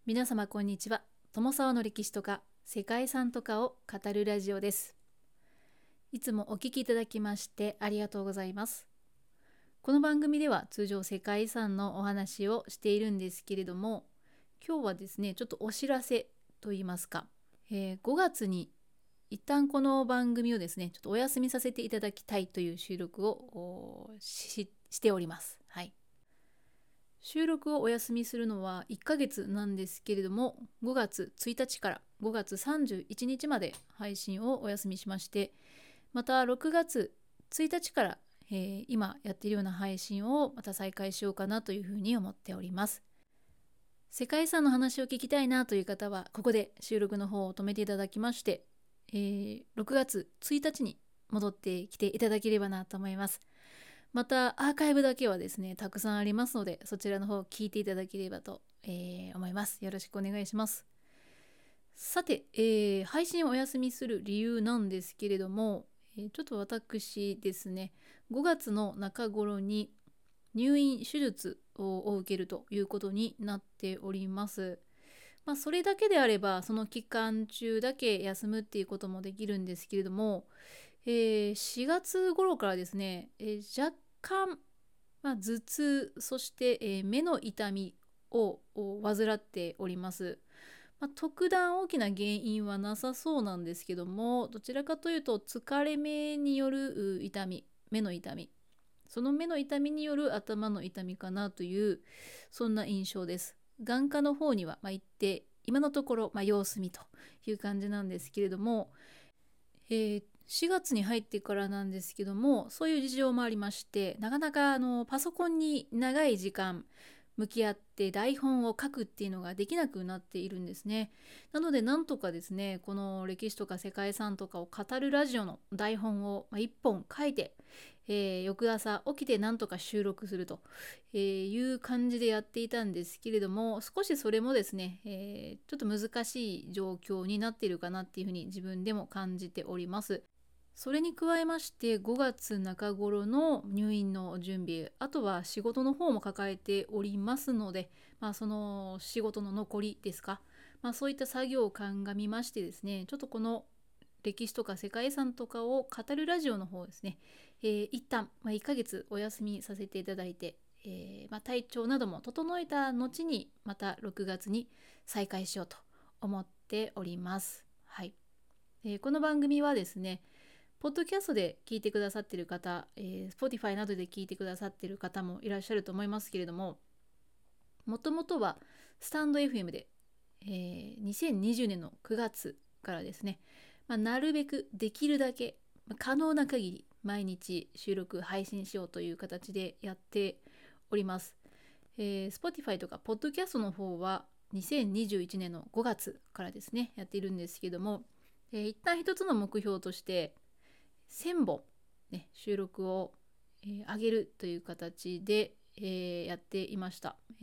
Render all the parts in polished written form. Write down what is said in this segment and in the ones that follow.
皆様こんにちは。友沢の歴史とか世界遺産とかを語るラジオです。いつもお聞きいただきましてありがとうございます。この番組では通常世界遺産のお話をしているんですけれども、今日はですねちょっとお知らせといいますか、5月に一旦この番組をですねちょっとお休みさせていただきたいという収録をしております。はい。収録をお休みするのは1ヶ月なんですけれども、5月1日から5月31日まで配信をお休みしまして、また6月1日から、今やっているような配信をまた再開しようかなというふうに思っております。世界遺産の話を聞きたいなという方はここで収録の方を止めていただきまして、6月1日に戻ってきていただければなと思います。またアーカイブだけはですねたくさんありますので、そちらの方を聞いていただければと、思います。よろしくお願いします。さて、配信をお休みする理由なんですけれども、ちょっと私ですね5月の中頃に入院手術を受けるということになっております。それだけであればその期間中だけ休むっていうこともできるんですけれども、4月頃からですね、若干、頭痛そして、目の痛みを患っております。特段大きな原因はなさそうなんですけども、どちらかというと疲れ目による痛み、目の痛み、その目の痛みによる頭の痛みかなという、そんな印象です。眼科の方には行って今のところ、様子見という感じなんですけれども、4月に入ってからなんですけども、そういう事情もありまして、なかなかパソコンに長い時間向き合って台本を書くっていうのができなくなっているんですね。なのでなんとかですねこの歴史とか世界遺産とかを語るラジオの台本を1本書いて、翌朝起きてなんとか収録するという感じでやっていたんですけれども、少しそれもですね、ちょっと難しい状況になっているかなっていうふうに自分でも感じております。それに加えまして5月中頃の入院の準備、あとは仕事の方も抱えておりますので、その仕事の残りですか、そういった作業を鑑みましてですね、ちょっとこの歴史とか世界遺産とかを語るラジオの方ですね、一旦、1ヶ月お休みさせていただいて、体調なども整えた後にまた6月に再開しようと思っております。はい。この番組はですねポッドキャストで聞いてくださっている方、Spotify などで聞いてくださっている方もいらっしゃると思いますけれども、もともとはスタンド FM で、2020年の9月からですね、なるべくできるだけ、可能な限り毎日収録配信しようという形でやっております。Spotify とかポッドキャストの方は2021年の5月からですねやっているんですけども、一旦一つの目標として1000本、収録を、上げるという形で、やっていました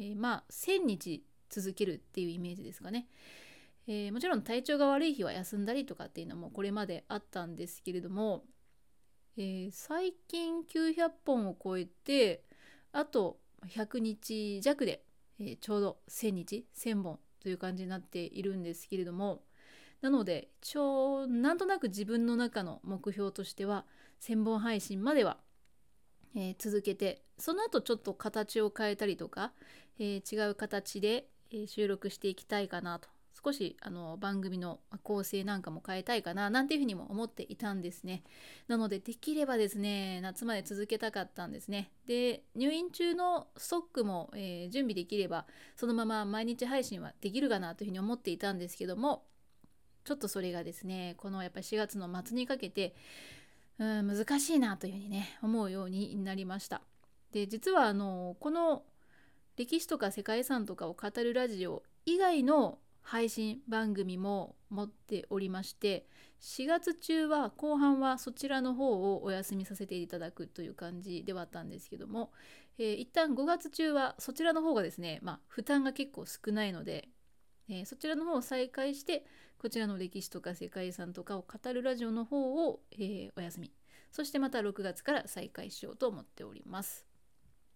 。1000日続けるっていうイメージですかね。もちろん体調が悪い日は休んだりとかっていうのもこれまであったんですけれども、最近900本を超えてあと100日弱で、ちょうど1000日1000本という感じになっているんですけれども、なので一応なんとなく自分の中の目標としては1000本配信までは、続けて、その後ちょっと形を変えたりとか、違う形で、収録していきたいかなと、少し番組の構成なんかも変えたいかななんていうふうにも思っていたんですね。なのでできればですね夏まで続けたかったんですね。で入院中のストックも、準備できればそのまま毎日配信はできるかなというふうに思っていたんですけども、ちょっとそれがですねこのやっぱり4月の末にかけて難しいなというふうにね思うようになりました。で実はこの歴史とか世界遺産とかを語るラジオ以外の配信番組も持っておりまして、4月中は後半はそちらの方をお休みさせていただくという感じではあったんですけども、一旦5月中はそちらの方がですね、負担が結構少ないので、そちらの方を再開してこちらの歴史とか世界遺産とかを語るラジオの方を、お休み、そしてまた6月から再開しようと思っております。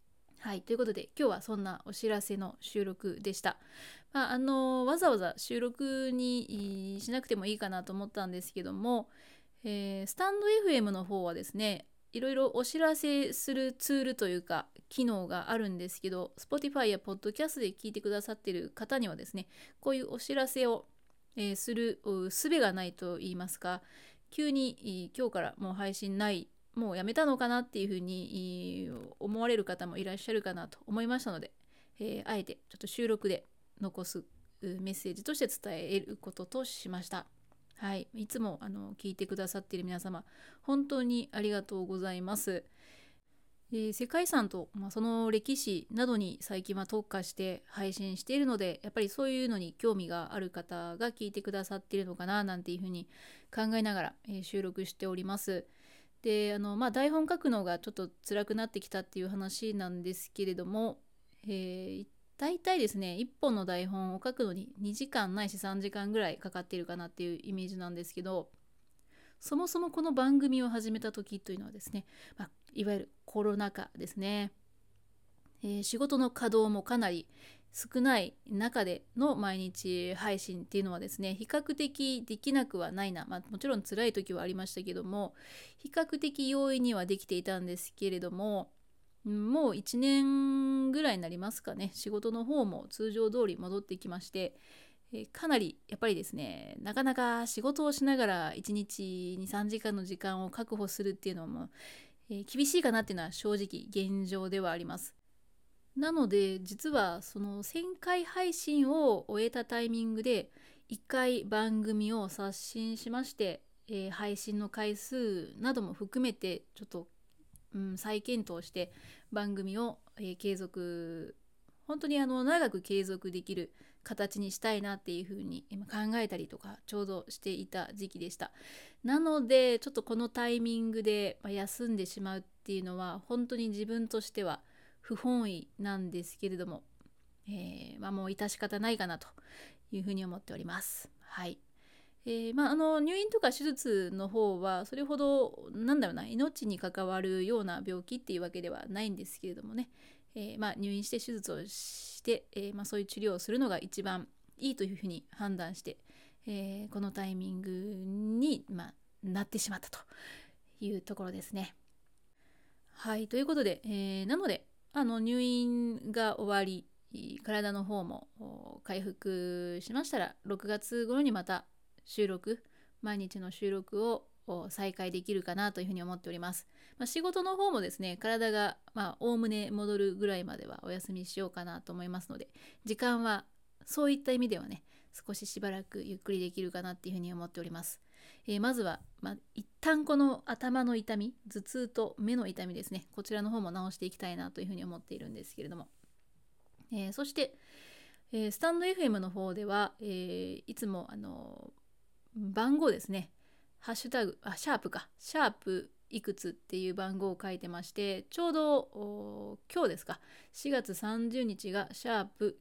はい、ということで今日はそんなお知らせの収録でした。わざわざ収録にしなくてもいいかなと思ったんですけども、スタンド FM の方はですね、いろいろお知らせするツールというか機能があるんですけど、 Spotify や Podcast で聞いてくださっている方にはですね、こういうお知らせを、する術がないと言いますか、急に今日からもう配信ない、もうやめたのかなっていうふうに思われる方もいらっしゃるかなと思いましたので、あえてちょっと収録で残すメッセージとして伝えることとしました。はい、いつも聞いてくださっている皆様、本当にありがとうございます。世界遺産と、その歴史などに最近は特化して配信しているので、やっぱりそういうのに興味がある方が聞いてくださっているのかななんていうふうに考えながら、収録しております。で台本書くのがちょっと辛くなってきたっていう話なんですけれども、大体ですね、1本の台本を書くのに2時間ないし3時間ぐらいかかっているかなっていうイメージなんですけど、そもそもこの番組を始めた時というのはですね、いわゆるコロナ禍ですね。仕事の稼働もかなり少ない中での毎日配信っていうのはですね、比較的できなくはないな、もちろん辛い時はありましたけども、比較的容易にはできていたんですけれども、もう1年ぐらいになりますかね、仕事の方も通常通り戻ってきまして、かなりやっぱりですね、なかなか仕事をしながら1日2、3時間の時間を確保するっていうのも、厳しいかなっていうのは正直現状ではあります。なので実はその1000回配信を終えたタイミングで1回番組を刷新しまして、配信の回数なども含めてちょっと、再検討して番組を、継続、本当に長く継続できる形にしたいなっていうふうに今考えたりとかちょうどしていた時期でした。なのでちょっとこのタイミングで休んでしまうっていうのは本当に自分としては不本意なんですけれども、もう致し方ないかなというふうに思っております。はい。入院とか手術の方はそれほど命に関わるような病気っていうわけではないんですけれどもね、入院して手術をして、そういう治療をするのが一番いいというふうに判断して、このタイミングに、なってしまったというところですね。はい、ということで、なので入院が終わり体の方も回復しましたら6月頃にまた毎日の収録を再開できるかなというふうに思っております。仕事の方もですね、体がおおむね戻るぐらいまではお休みしようかなと思いますので、時間はそういった意味ではね、少ししばらくゆっくりできるかなっていうふうに思っております。まずは、一旦この頭の痛み、頭痛と目の痛みですね、こちらの方も直していきたいなというふうに思っているんですけれども、そして、スタンド FM の方では、いつも番号ですね、ハッシュタグシャープいくつっていう番号を書いてまして、ちょうど今日ですか、4月30日がシャープ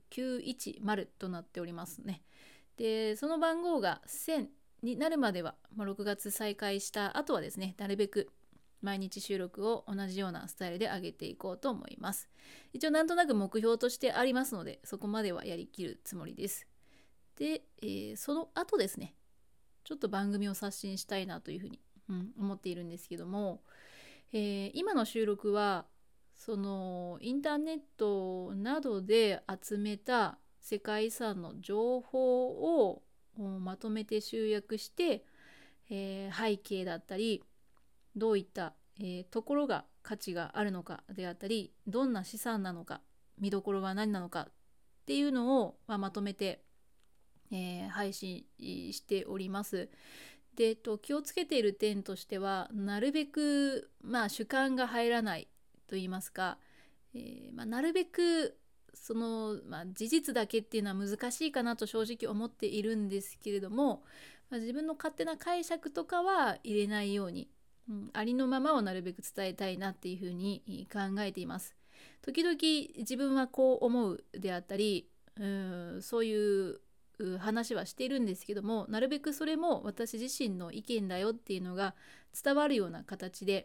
910となっておりますね。でその番号が1000になるまでは、6月再開した後はですね、なるべく毎日収録を同じようなスタイルで上げていこうと思います。一応なんとなく目標としてありますので、そこまではやりきるつもりです。で、その後ですね、ちょっと番組を刷新したいなというふうに、思っているんですけども、今の収録はそのインターネットなどで集めた世界遺産の情報をまとめて集約して、背景だったりどういった、ところが価値があるのかであったり、どんな資産なのか、見どころは何なのかっていうのを、まとめて、配信しております。で、気をつけている点としては、なるべく、主観が入らないといいますか、なるべくその、事実だけっていうのは難しいかなと正直思っているんですけれども、自分の勝手な解釈とかは入れないように、ありのままをなるべく伝えたいなっていうふうに考えています。時々自分はこう思うであったり、そういう話はしているんですけども、なるべくそれも私自身の意見だよっていうのが伝わるような形で、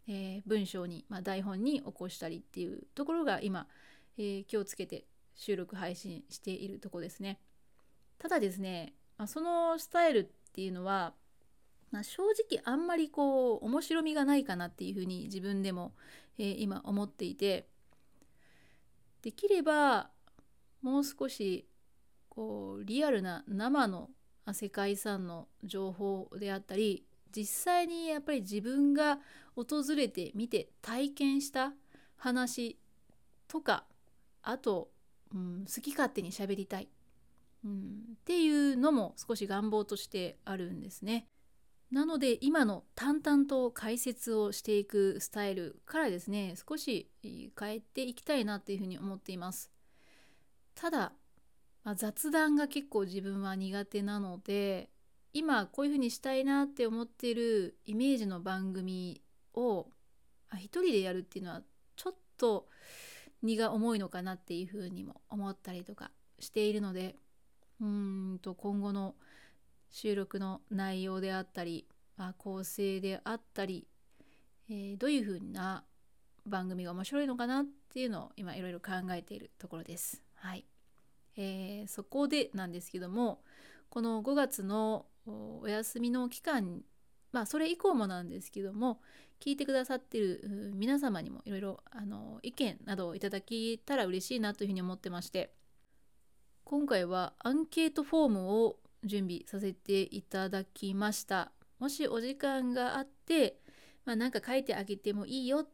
文章に、台本に起こしたりっていうところが今、気をつけて収録配信しているところですね。ただですね、そのスタイルっていうのは、正直あんまり面白みがないかなっていうふうに自分でも、今思っていて、できればもう少しリアルな生の世界遺産の情報であったり、実際にやっぱり自分が訪れてみて体験した話とか、あと、好き勝手に喋りたい、っていうのも少し願望としてあるんですね。なので今の淡々と解説をしていくスタイルからですね、少し変えていきたいなっていうふうに思っています。ただ、雑談が結構自分は苦手なので、今こういうふうにしたいなって思っているイメージの番組を一人でやるっていうのはちょっと荷が重いのかなっていうふうにも思ったりとかしているので、今後の収録の内容であったり、構成であったり、どういうふうな番組が面白いのかなっていうのを今いろいろ考えているところです。はい。そこでなんですけども、この5月のお休みの期間、それ以降もなんですけども、聞いてくださっている皆様にもいろいろ意見などをいただけたら嬉しいなというふうに思ってまして、今回はアンケートフォームを準備させていただきました。もしお時間があって、なんか書いてあげてもいいよって、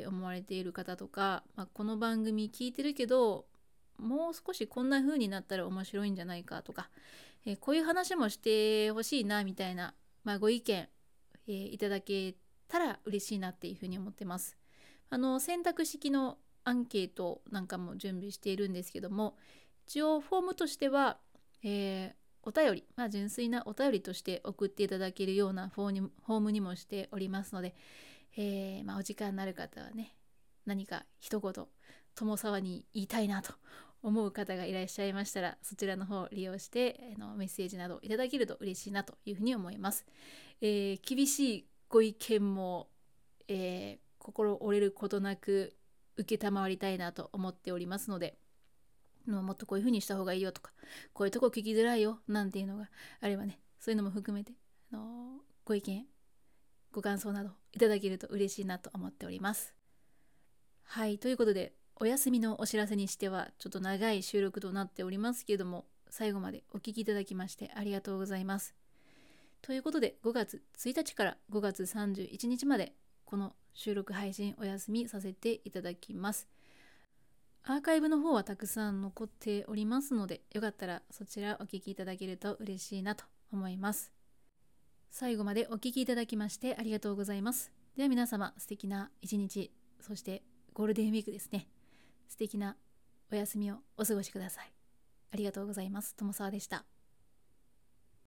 思われている方とか、この番組聞いてるけどもう少しこんな風になったら面白いんじゃないかとか、こういう話もしてほしいなみたいな、ご意見、いただけたら嬉しいなっていう風に思ってます。選択式のアンケートなんかも準備しているんですけども、一応フォームとしては、お便り、純粋なお便りとして送っていただけるようなフォームにもしておりますので、お時間になる方はね、何か一言友沢に言いたいなと思う方がいらっしゃいましたら、そちらの方を利用してメッセージなどいただけると嬉しいなというふうに思います。厳しいご意見も、心折れることなく承りたいなと思っておりますので、もっとこういう風にした方がいいよとか、こういうとこ聞きづらいよなんていうのがあればね、そういうのも含めてご意見ご感想などいただけると嬉しいなと思っております。はい、ということでお休みのお知らせにしてはちょっと長い収録となっておりますけれども、最後までお聞きいただきましてありがとうございます。ということで5月1日から5月31日までこの収録配信お休みさせていただきます。アーカイブの方はたくさん残っておりますので、よかったらそちらお聞きいただけると嬉しいなと思います。最後までお聞きいただきましてありがとうございます。では皆様、素敵な一日、そしてゴールデンウィークですね。素敵なお休みをお過ごしください。ありがとうございます。友沢でした。